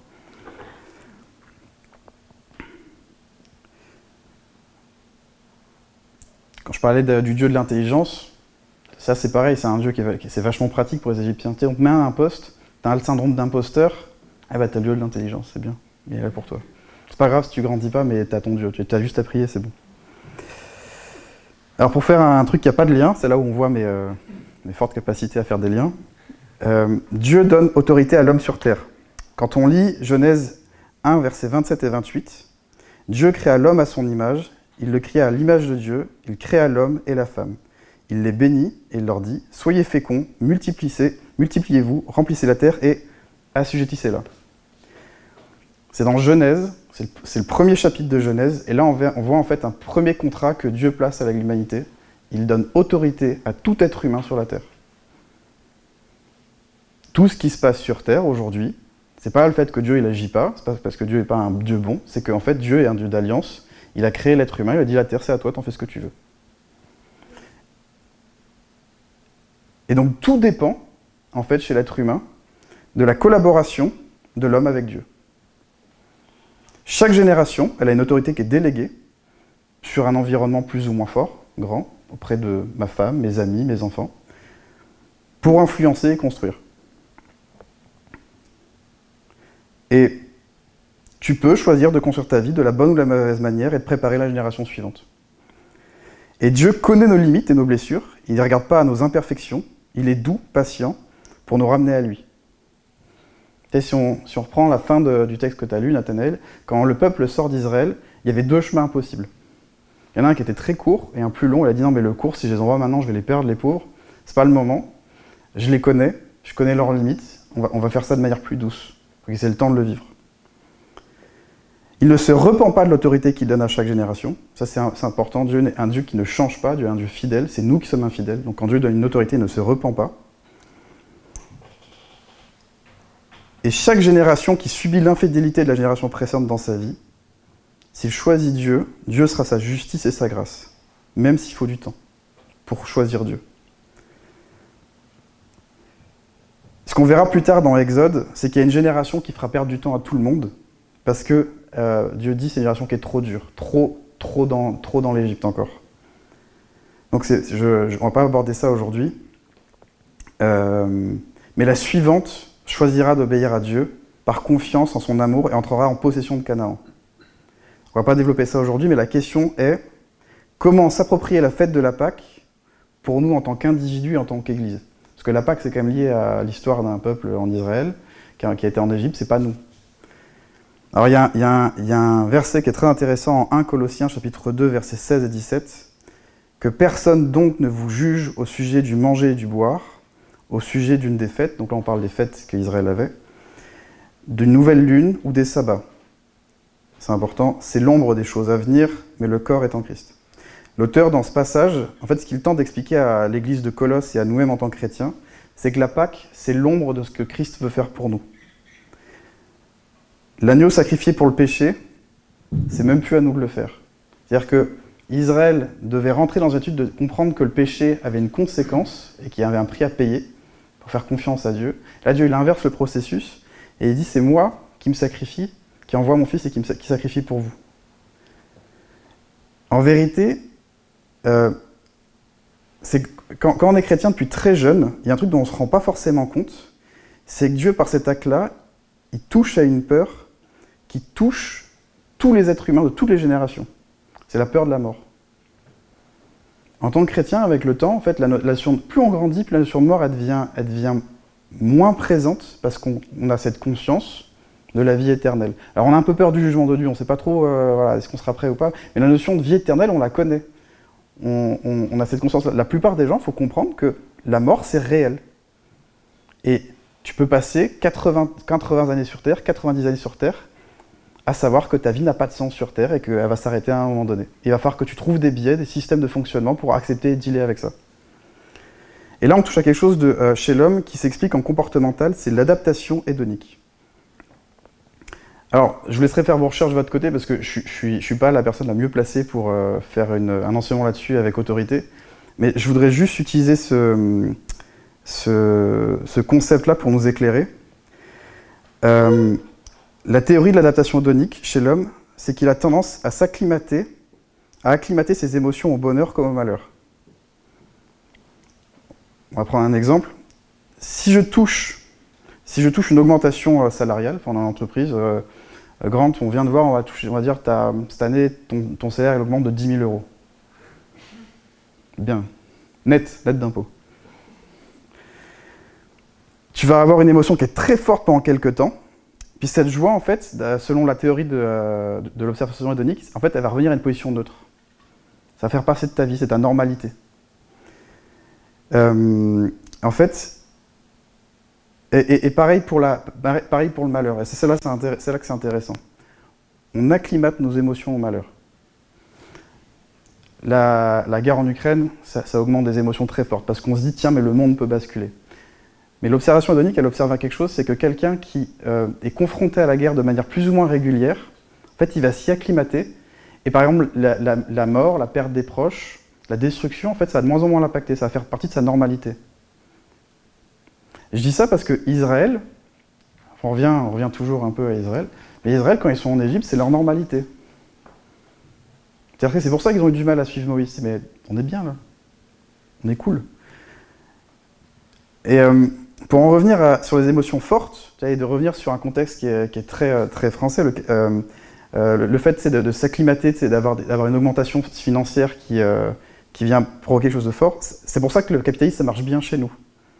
Quand je parlais du dieu de l'intelligence, ça c'est pareil, c'est un dieu c'est vachement pratique pour les Égyptiens. On te met à un poste, t'as le syndrome d'imposteur, ah bah t'as le dieu de l'intelligence, c'est bien, il est là pour toi. C'est pas grave si tu grandis pas, mais t'as ton dieu, tu as juste à prier, c'est bon. Alors pour faire un truc qui n'a pas de lien, c'est là où on voit mes fortes capacités à faire des liens. Dieu donne autorité à l'homme sur terre. Quand on lit Genèse 1, versets 27 et 28, Dieu créa l'homme à son image, il le créa à l'image de Dieu, il créa l'homme et la femme. Il les bénit et il leur dit « Soyez féconds, multipliez-vous, remplissez la terre et assujettissez-la. » C'est dans Genèse, c'est le premier chapitre de Genèse, et là on voit en fait un premier contrat que Dieu place avec l'humanité. Il donne autorité à tout être humain sur la terre. Tout ce qui se passe sur terre aujourd'hui, c'est pas le fait que Dieu il agit pas, c'est pas parce que Dieu n'est pas un Dieu bon, c'est qu'en fait Dieu est un Dieu d'alliance. Il a créé l'être humain, il a dit la terre c'est à toi, t'en fais ce que tu veux. Et donc tout dépend, en fait, chez l'être humain, de la collaboration de l'homme avec Dieu. Chaque génération, elle a une autorité qui est déléguée sur un environnement plus ou moins fort, grand, auprès de ma femme, mes amis, mes enfants, pour influencer et construire. Et tu peux choisir de construire ta vie de la bonne ou de la mauvaise manière et de préparer la génération suivante. Et Dieu connaît nos limites et nos blessures, il ne regarde pas à nos imperfections, il est doux, patient, pour nous ramener à lui. Et si on reprend la fin du texte que tu as lu, Nathanaël, quand le peuple sort d'Israël, il y avait deux chemins possibles. Il y en a un qui était très court et un plus long, il a dit non mais le court, si je les envoie maintenant, je vais les perdre, les pauvres, c'est pas le moment, je les connais, je connais leurs limites, on va faire ça de manière plus douce, pour qu'ils aient le temps de le vivre. Il ne se repent pas de l'autorité qu'il donne à chaque génération. Ça, c'est important. Dieu est un Dieu qui ne change pas. Dieu est un Dieu fidèle. C'est nous qui sommes infidèles. Donc, quand Dieu donne une autorité, il ne se repent pas. Et chaque génération qui subit l'infidélité de la génération précédente dans sa vie, s'il choisit Dieu, Dieu sera sa justice et sa grâce. Même s'il faut du temps pour choisir Dieu. Ce qu'on verra plus tard dans Exode, c'est qu'il y a une génération qui fera perdre du temps à tout le monde, parce que Dieu dit que c'est une génération qui est trop dure, trop dans l'Égypte encore. Donc on ne va pas aborder ça aujourd'hui. Mais la suivante choisira d'obéir à Dieu par confiance en son amour et entrera en possession de Canaan. On ne va pas développer ça aujourd'hui, mais la question est comment s'approprier la fête de la Pâque pour nous en tant qu'individus et en tant qu'Église. Parce que la Pâque, c'est quand même lié à l'histoire d'un peuple en Israël qui a été en Égypte, c'est pas nous. Alors il y a un verset qui est très intéressant en 1 Colossiens chapitre 2 versets 16 et 17. « Que personne donc ne vous juge au sujet du manger et du boire, au sujet d'une des fêtes, donc là on parle des fêtes qu'Israël avait, d'une nouvelle lune ou des sabbats. » C'est important, c'est l'ombre des choses à venir, mais le corps est en Christ. L'auteur dans ce passage, en fait ce qu'il tente d'expliquer à l'église de Colosse et à nous-mêmes en tant que chrétiens, c'est que la Pâque, c'est l'ombre de ce que Christ veut faire pour nous. L'agneau sacrifié pour le péché, c'est même plus à nous de le faire. C'est-à-dire que Israël devait rentrer dans l'étude de comprendre que le péché avait une conséquence et qu'il y avait un prix à payer pour faire confiance à Dieu. Là, Dieu il inverse le processus et il dit c'est moi qui me sacrifie, qui envoie mon fils et qui sacrifie pour vous. En vérité, c'est quand on est chrétien depuis très jeune, il y a un truc dont on ne se rend pas forcément compte, c'est que Dieu, par cet acte-là, il touche à une peur qui touche tous les êtres humains de toutes les générations. C'est la peur de la mort. En tant que chrétien, avec le temps, en fait, plus on grandit, plus la notion de mort elle devient moins présente parce qu'on a cette conscience de la vie éternelle. Alors on a un peu peur du jugement de Dieu, on ne sait pas trop est-ce qu'on sera prêt ou pas, mais la notion de vie éternelle, on la connaît. On a cette conscience-là. La plupart des gens, il faut comprendre que la mort, c'est réel. Et tu peux passer 80 années sur Terre, 90 années sur Terre, à savoir que ta vie n'a pas de sens sur Terre et qu'elle va s'arrêter à un moment donné. Il va falloir que tu trouves des biais, des systèmes de fonctionnement pour accepter et dealer avec ça. Et là, on touche à quelque chose chez l'homme qui s'explique en comportemental, c'est l'adaptation hédonique. Alors, je vous laisserai faire vos recherches de votre côté, parce que je ne suis pas la personne la mieux placée pour faire un enseignement là-dessus avec autorité, mais je voudrais juste utiliser ce concept-là pour nous éclairer. La théorie de l'adaptation hédonique chez l'homme, c'est qu'il a tendance à acclimater ses émotions au bonheur comme au malheur. On va prendre un exemple. Si je touche une augmentation salariale pendant l'entreprise, Grant, on vient de voir, on va dire, cette année, ton salaire il augmente de 10 000 €. Bien. Net d'impôt. Tu vas avoir une émotion qui est très forte pendant quelques temps, puis cette joie, en fait, selon la théorie de l'observation hédonique, en fait, elle va revenir à une position neutre. Ça va faire partie de ta vie, c'est ta normalité. En fait, et pareil pour le malheur, et c'est là que c'est intéressant. On acclimate nos émotions au malheur. La guerre en Ukraine, ça augmente des émotions très fortes, parce qu'on se dit, tiens, mais le monde peut basculer. Mais l'observation hédonique, elle observe quelque chose, c'est que quelqu'un qui est confronté à la guerre de manière plus ou moins régulière, en fait, il va s'y acclimater. Et par exemple, la mort, la perte des proches, la destruction, en fait, ça va de moins en moins l'impacter, ça va faire partie de sa normalité. Je dis ça parce que Israël, on revient toujours un peu à Israël, mais Israël, quand ils sont en Égypte, c'est leur normalité. C'est pour ça qu'ils ont eu du mal à suivre Moïse. Mais on est bien là, on est cool. Et pour en revenir sur les émotions fortes, et de revenir sur un contexte qui est très, très français, le fait de s'acclimater, d'avoir une augmentation financière qui vient provoquer quelque chose de fort, c'est pour ça que le capitalisme, ça marche bien chez nous.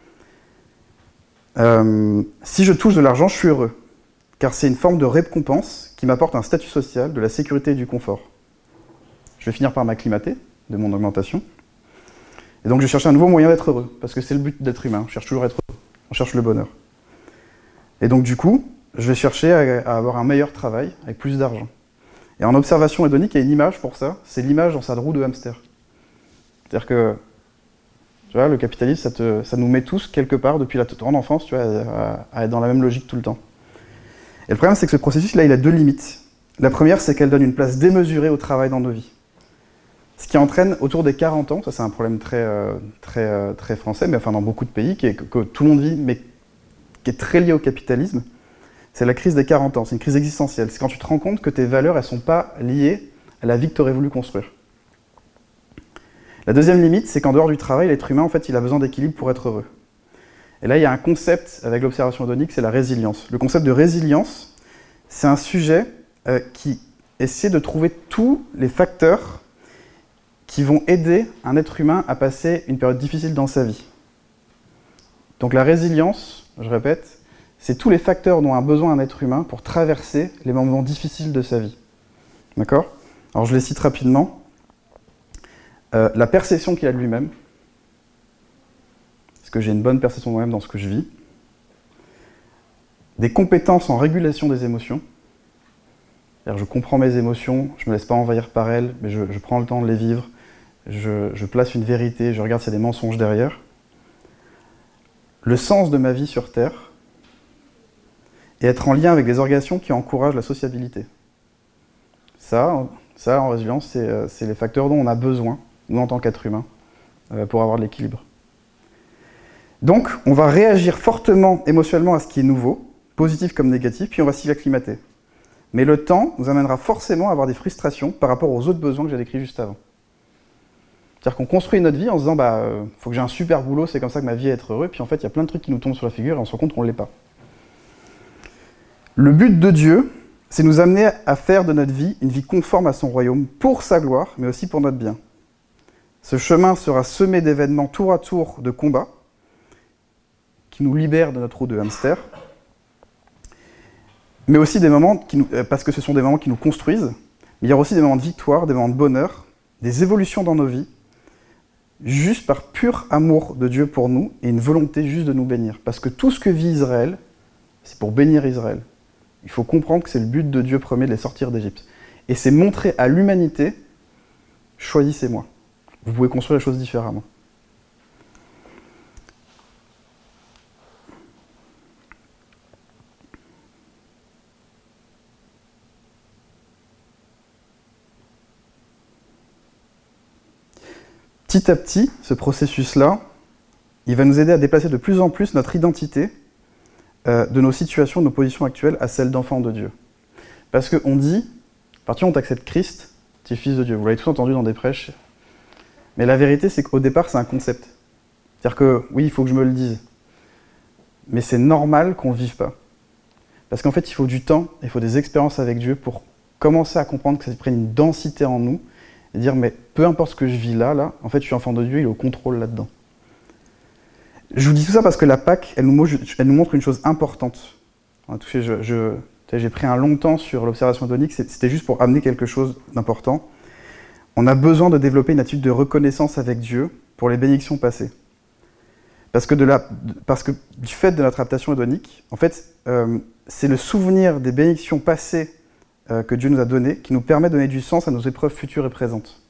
Si je touche de l'argent, je suis heureux, car c'est une forme de récompense qui m'apporte un statut social, de la sécurité et du confort. Je vais finir par m'acclimater de mon augmentation, et donc je vais chercher un nouveau moyen d'être heureux, parce que c'est le but d'être humain, on cherche toujours à être heureux, on cherche le bonheur. Et donc du coup, je vais chercher à avoir un meilleur travail, avec plus d'argent. Et en observation hédonique, il y a une image pour ça, c'est l'image dans sa roue de hamster. C'est-à-dire que, tu vois, le capitalisme, ça nous met tous quelque part, depuis la grande enfance, tu vois, à être dans la même logique tout le temps. Et le problème, c'est que ce processus-là, il a deux limites. La première, c'est qu'elle donne une place démesurée au travail dans nos vies. Ce qui entraîne autour des 40 ans, ça c'est un problème très français, mais enfin dans beaucoup de pays, que tout le monde vit, mais qui est très lié au capitalisme, c'est la crise des 40 ans, c'est une crise existentielle. C'est quand tu te rends compte que tes valeurs, elles ne sont pas liées à la vie que tu aurais voulu construire. La deuxième limite, c'est qu'en dehors du travail, l'être humain, en fait, il a besoin d'équilibre pour être heureux. Et là, il y a un concept avec l'observation hédonique, c'est la résilience. Le concept de résilience, c'est un sujet qui essaie de trouver tous les facteurs qui vont aider un être humain à passer une période difficile dans sa vie. Donc la résilience, je répète, c'est tous les facteurs dont a besoin un être humain pour traverser les moments difficiles de sa vie. D'accord ? Alors je les cite rapidement. La perception qu'il a de lui-même. Est-ce que j'ai une bonne perception de moi-même dans ce que je vis ? Des compétences en régulation des émotions. C'est-à-dire je comprends mes émotions, je ne me laisse pas envahir par elles, mais je prends le temps de les vivre. Je place une vérité, je regarde s'il y a des mensonges derrière. Le sens de ma vie sur Terre, et être en lien avec des organisations qui encouragent la sociabilité. Ça en résilience, c'est les facteurs dont on a besoin, nous en tant qu'être humain, pour avoir de l'équilibre. Donc, on va réagir fortement émotionnellement à ce qui est nouveau, positif comme négatif, puis on va s'y acclimater. Mais le temps nous amènera forcément à avoir des frustrations par rapport aux autres besoins que j'ai décrits juste avant. C'est-à-dire qu'on construit notre vie en se disant faut que j'ai un super boulot, c'est comme ça que ma vie va être heureuse, puis en fait il y a plein de trucs qui nous tombent sur la figure et on se rend compte qu'on ne l'est pas. Le but de Dieu, c'est nous amener à faire de notre vie une vie conforme à son royaume, pour sa gloire, mais aussi pour notre bien. Ce chemin sera semé d'événements tour à tour de combats, qui nous libèrent de notre roue de hamster, mais aussi des moments, parce que ce sont des moments qui nous construisent, mais il y aura aussi des moments de victoire, des moments de bonheur, des évolutions dans nos vies, juste par pur amour de Dieu pour nous et une volonté juste de nous bénir. Parce que tout ce que vit Israël, c'est pour bénir Israël. Il faut comprendre que c'est le but de Dieu premier de les sortir d'Égypte. Et c'est montrer à l'humanité, choisissez-moi. Vous pouvez construire les choses différemment. petit à petit, ce processus-là, il va nous aider à déplacer de plus en plus notre identité de nos situations, de nos positions actuelles à celles d'enfants de Dieu. Parce qu'on dit, à partir du moment où tu acceptes Christ, tu es fils de Dieu. Vous l'avez tous entendu dans des prêches. Mais la vérité, c'est qu'au départ, c'est un concept. C'est-à-dire que, oui, il faut que je me le dise. Mais c'est normal qu'on ne vive pas. Parce qu'en fait, il faut du temps, il faut des expériences avec Dieu pour commencer à comprendre que ça prenne une densité en nous et dire, mais peu importe ce que je vis là, en fait, je suis enfant de Dieu, il est au contrôle là-dedans. Je vous dis tout ça parce que la Pâque, elle nous montre une chose importante. On a touché, j'ai pris un long temps sur l'observation hédonique, c'était juste pour amener quelque chose d'important. On a besoin de développer une attitude de reconnaissance avec Dieu pour les bénédictions passées. Parce que du fait de notre adaptation hédonique, en fait, c'est le souvenir des bénédictions passées que Dieu nous a données qui nous permet de donner du sens à nos épreuves futures et présentes.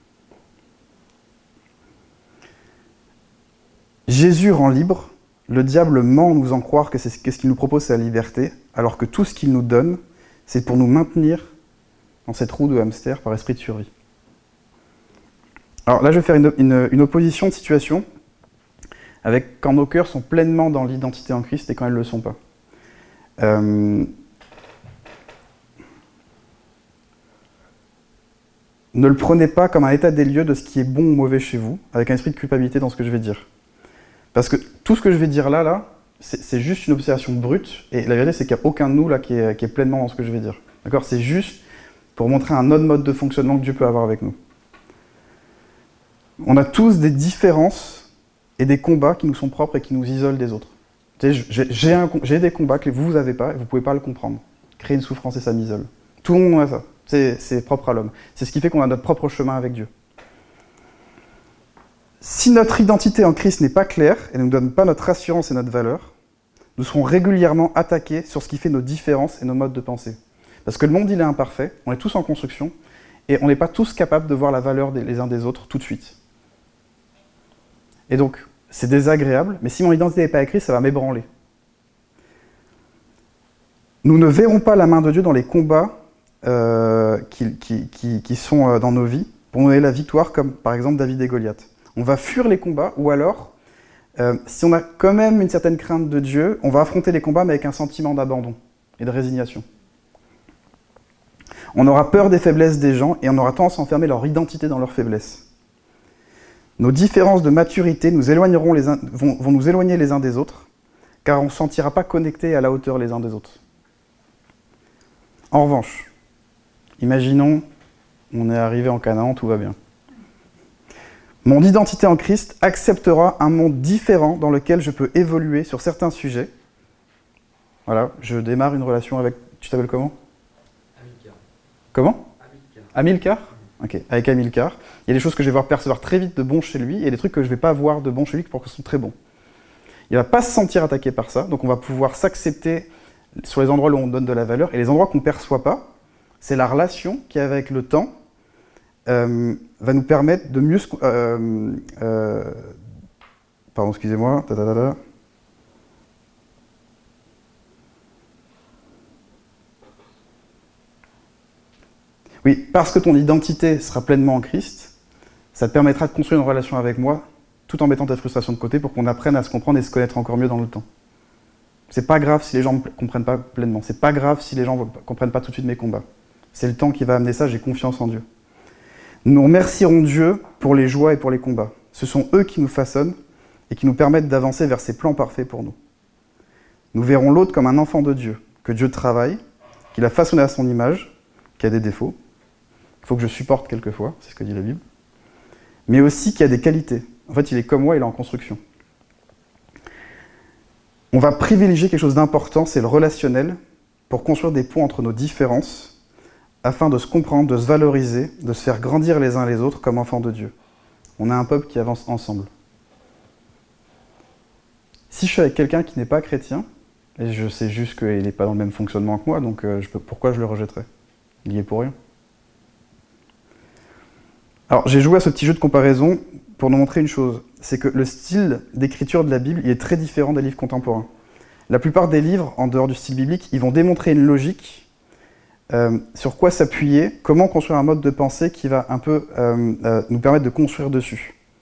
Jésus rend libre, le diable ment en nous faisant croire que ce qu'il nous propose, c'est la liberté, alors que tout ce qu'il nous donne, c'est pour nous maintenir dans cette roue de hamster par esprit de survie. Alors là, je vais faire une opposition de situation avec quand nos cœurs sont pleinement dans l'identité en Christ et quand elles ne le sont pas. Ne le prenez pas comme un état des lieux de ce qui est bon ou mauvais chez vous, avec un esprit de culpabilité dans ce que je vais dire. Parce que tout ce que je vais dire là, c'est juste une observation brute, et la vérité, c'est qu'il n'y a aucun de nous là qui est pleinement dans ce que je vais dire. D'accord ? C'est juste pour montrer un autre mode de fonctionnement que Dieu peut avoir avec nous. On a tous des différences et des combats qui nous sont propres et qui nous isolent des autres. J'ai des combats que vous n'avez pas et vous ne pouvez pas le comprendre. Créer une souffrance et ça m'isole. Tout le monde a ça. C'est propre à l'homme. C'est ce qui fait qu'on a notre propre chemin avec Dieu. Si notre identité en Christ n'est pas claire et ne nous donne pas notre assurance et notre valeur, nous serons régulièrement attaqués sur ce qui fait nos différences et nos modes de pensée. Parce que le monde, il est imparfait, on est tous en construction, et on n'est pas tous capables de voir la valeur les uns des autres tout de suite. Et donc, c'est désagréable, mais si mon identité n'est pas écrite, ça va m'ébranler. Nous ne verrons pas la main de Dieu dans les combats qui sont dans nos vies pour nous donner la victoire, comme par exemple David et Goliath. On va fuir les combats, ou alors, si on a quand même une certaine crainte de Dieu, on va affronter les combats, mais avec un sentiment d'abandon et de résignation. On aura peur des faiblesses des gens, et on aura tendance à enfermer leur identité dans leurs faiblesses. Nos différences de maturité vont nous éloigner les uns des autres, car on ne se sentira pas connectés à la hauteur les uns des autres. En revanche, imaginons, on est arrivé en Canaan, tout va bien. Mon identité en Christ acceptera un monde différent dans lequel je peux évoluer sur certains sujets. Voilà, je démarre une relation avec... Tu t'appelles comment ? Amilcar. Comment ? Amilcar. Amilcar ? Ok, avec Amilcar. Il y a des choses que je vais voir percevoir très vite de bon chez lui, et des trucs que je ne vais pas voir de bon chez lui pour qu'ils sont très bons. Il ne va pas se sentir attaqué par ça, donc on va pouvoir s'accepter sur les endroits où on donne de la valeur, et les endroits qu'on ne perçoit pas, c'est la relation qui, avec le temps, va nous permettre de mieux... pardon, excusez-moi. Oui, parce que ton identité sera pleinement en Christ, ça te permettra de construire une relation avec moi, tout en mettant ta frustration de côté pour qu'on apprenne à se comprendre et se connaître encore mieux dans le temps. C'est pas grave si les gens ne comprennent pas pleinement. C'est pas grave si les gens ne comprennent pas tout de suite mes combats. C'est le temps qui va amener ça, j'ai confiance en Dieu. Nous remercierons Dieu pour les joies et pour les combats. Ce sont eux qui nous façonnent et qui nous permettent d'avancer vers ses plans parfaits pour nous. Nous verrons l'autre comme un enfant de Dieu, que Dieu travaille, qu'il a façonné à son image, qui a des défauts. Il faut que je supporte quelquefois, c'est ce que dit la Bible. Mais aussi qui a des qualités. En fait, il est comme moi, il est en construction. On va privilégier quelque chose d'important, c'est le relationnel, pour construire des ponts entre nos différences, afin de se comprendre, de se valoriser, de se faire grandir les uns les autres comme enfants de Dieu. On est un peuple qui avance ensemble. Si je suis avec quelqu'un qui n'est pas chrétien, et je sais juste qu'il n'est pas dans le même fonctionnement que moi, donc pourquoi je le rejetterais ? Il y est pour rien. Alors, j'ai joué à ce petit jeu de comparaison pour nous montrer une chose, c'est que le style d'écriture de la Bible, il est très différent des livres contemporains. La plupart des livres, en dehors du style biblique, ils vont démontrer une logique, sur quoi s'appuyer, comment construire un mode de pensée qui va un peu nous permettre de construire dessus.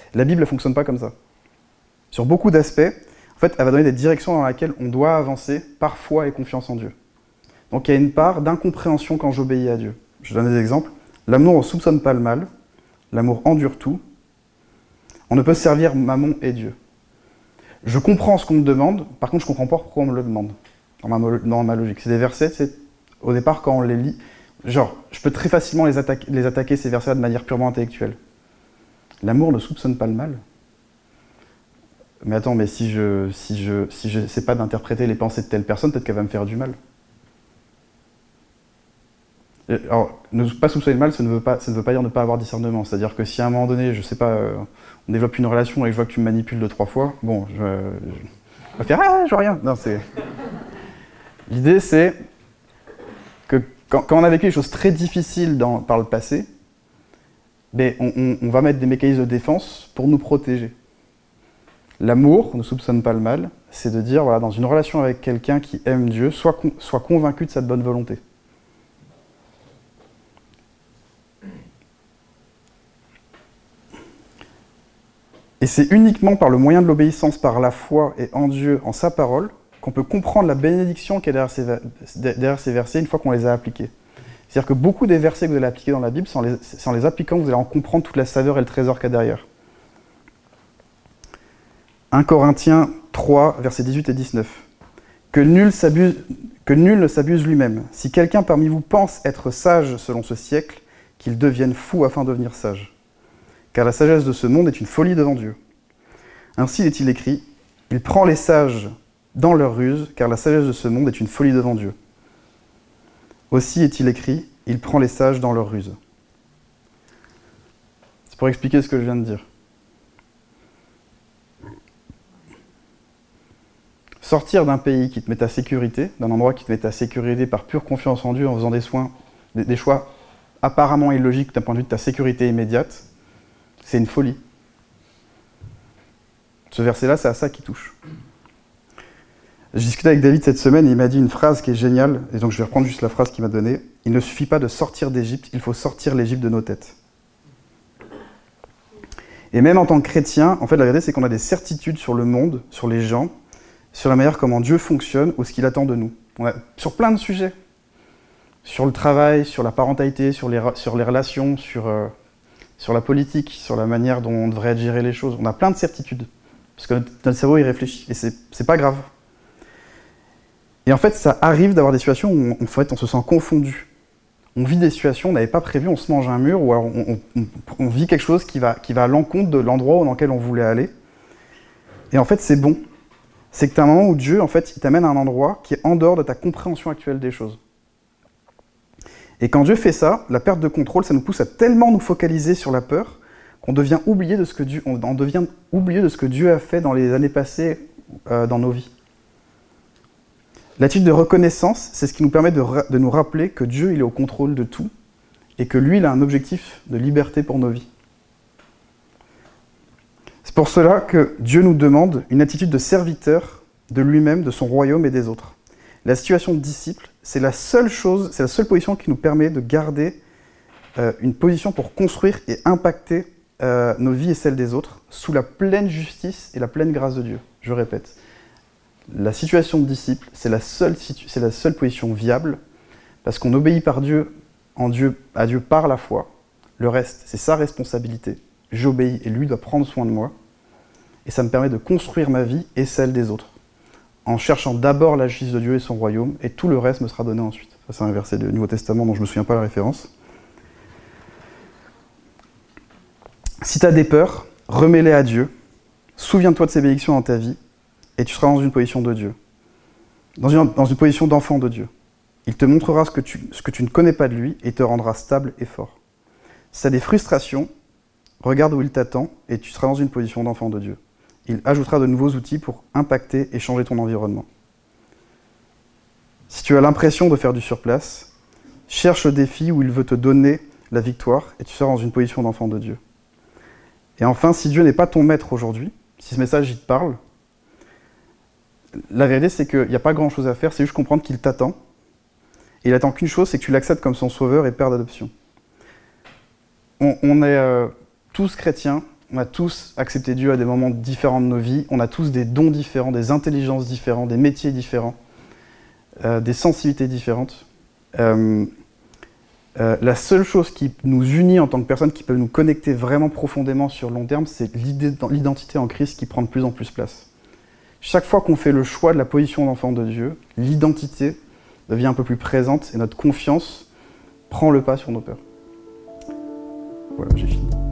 La Bible ne fonctionne pas comme ça. Sur beaucoup d'aspects, en fait, elle va donner des directions dans lesquelles on doit avancer par foi et confiance en Dieu. Donc il y a une part d'incompréhension quand j'obéis à Dieu. Je donne des exemples. L'amour ne soupçonne pas le mal, l'amour endure tout. On ne peut servir Mammon et Dieu. Je comprends ce qu'on me demande, par contre je ne comprends pas pourquoi on me le demande, dans ma logique. C'est des versets, au départ quand on les lit, genre, je peux très facilement les attaquer ces versets de manière purement intellectuelle. L'amour ne soupçonne pas le mal. Mais attends, mais si je sais pas d'interpréter les pensées de telle personne, peut-être qu'elle va me faire du mal. Alors, ne pas soupçonner le mal, ça ne veut pas dire ne pas avoir discernement. C'est-à-dire que si à un moment donné, je sais pas, on développe une relation et que je vois que tu me manipules 2-3 fois, bon, je vais faire « Ah, je vois rien !» Non, c'est... L'idée, c'est que quand on a vécu des choses très difficiles par le passé, ben, on va mettre des mécanismes de défense pour nous protéger. L'amour ne soupçonne pas le mal, c'est de dire, voilà, dans une relation avec quelqu'un qui aime Dieu, sois convaincu de sa bonne volonté. Et c'est uniquement par le moyen de l'obéissance, par la foi et en Dieu, en sa parole, qu'on peut comprendre la bénédiction qu'il y a derrière ces versets une fois qu'on les a appliqués. C'est-à-dire que beaucoup des versets que vous allez appliquer dans la Bible, c'est en les appliquant que vous allez en comprendre toute la saveur et le trésor qu'il y a derrière. 1 Corinthiens 3, versets 18 et 19. Que nul ne s'abuse lui-même. Si quelqu'un parmi vous pense être sage selon ce siècle, qu'il devienne fou afin de devenir sage. Car la sagesse de ce monde est une folie devant Dieu. Ainsi est-il écrit, « Il prend les sages dans leur ruse, car la sagesse de ce monde est une folie devant Dieu. » Aussi est-il écrit, « Il prend les sages dans leur ruse. » C'est pour expliquer ce que je viens de dire. Sortir d'un pays qui te met ta sécurité, d'un endroit qui te met ta sécurité par pure confiance en Dieu, en faisant des choix apparemment illogiques d'un point de vue de ta sécurité immédiate, c'est une folie. Ce verset-là, c'est à ça qu'il touche. J'ai discuté avec David cette semaine et il m'a dit une phrase qui est géniale, et donc je vais reprendre juste la phrase qu'il m'a donnée. « Il ne suffit pas de sortir d'Égypte, il faut sortir l'Égypte de nos têtes. » Et même en tant que chrétien, en fait, la vérité, c'est qu'on a des certitudes sur le monde, sur les gens, sur la manière comment Dieu fonctionne ou ce qu'il attend de nous. Sur plein de sujets. Sur le travail, sur la parentalité, sur les relations, sur la politique, sur la manière dont on devrait gérer les choses. On a plein de certitudes. Parce que notre cerveau, il réfléchit. Et c'est pas grave. Et en fait, ça arrive d'avoir des situations où en fait, on se sent confondu. On vit des situations, on n'avait pas prévu, on se mange un mur, ou alors on vit quelque chose qui va à l'encontre de l'endroit dans lequel on voulait aller. Et en fait, c'est bon. C'est que tu as un moment où Dieu, en fait, il t'amène à un endroit qui est en dehors de ta compréhension actuelle des choses. Et quand Dieu fait ça, la perte de contrôle, ça nous pousse à tellement nous focaliser sur la peur qu'on devient oublié de ce que Dieu a fait dans les années passées dans nos vies. L'attitude de reconnaissance, c'est ce qui nous permet de nous rappeler que Dieu, il est au contrôle de tout et que lui, il a un objectif de liberté pour nos vies. C'est pour cela que Dieu nous demande une attitude de serviteur de lui-même, de son royaume et des autres. La situation de disciple, c'est la seule position qui nous permet de garder une position pour construire et impacter nos vies et celles des autres sous la pleine justice et la pleine grâce de Dieu. Je répète, la situation de disciple, c'est la seule position viable parce qu'on obéit à Dieu par la foi. Le reste, c'est sa responsabilité. J'obéis et lui doit prendre soin de moi. Et ça me permet de construire ma vie et celle des autres, en cherchant d'abord la justice de Dieu et son royaume, et tout le reste me sera donné ensuite. Ça, c'est un verset du Nouveau Testament dont je ne me souviens pas la référence. Si tu as des peurs, remets-les à Dieu, souviens-toi de ses bénédictions dans ta vie, et tu seras dans une position de Dieu, dans une position d'enfant de Dieu. Il te montrera ce que tu ne connais pas de lui, et te rendra stable et fort. Si tu as des frustrations, regarde où il t'attend, et tu seras dans une position d'enfant de Dieu. Il ajoutera de nouveaux outils pour impacter et changer ton environnement. Si tu as l'impression de faire du surplace, cherche le défi où il veut te donner la victoire et tu seras dans une position d'enfant de Dieu. Et enfin, si Dieu n'est pas ton maître aujourd'hui, si ce message il te parle, la vérité c'est qu'il n'y a pas grand chose à faire, c'est juste comprendre qu'il t'attend. Et il attend qu'une chose, c'est que tu l'acceptes comme son sauveur et père d'adoption. On est tous chrétiens, On a tous accepté Dieu à des moments différents de nos vies. On a tous des dons différents, des intelligences différentes, des métiers différents, des sensibilités différentes. La seule chose qui nous unit en tant que personnes, qui peut nous connecter vraiment profondément sur le long terme, c'est l'identité en Christ qui prend de plus en plus place. Chaque fois qu'on fait le choix de la position d'enfant de Dieu, l'identité devient un peu plus présente et notre confiance prend le pas sur nos peurs. Voilà, j'ai fini.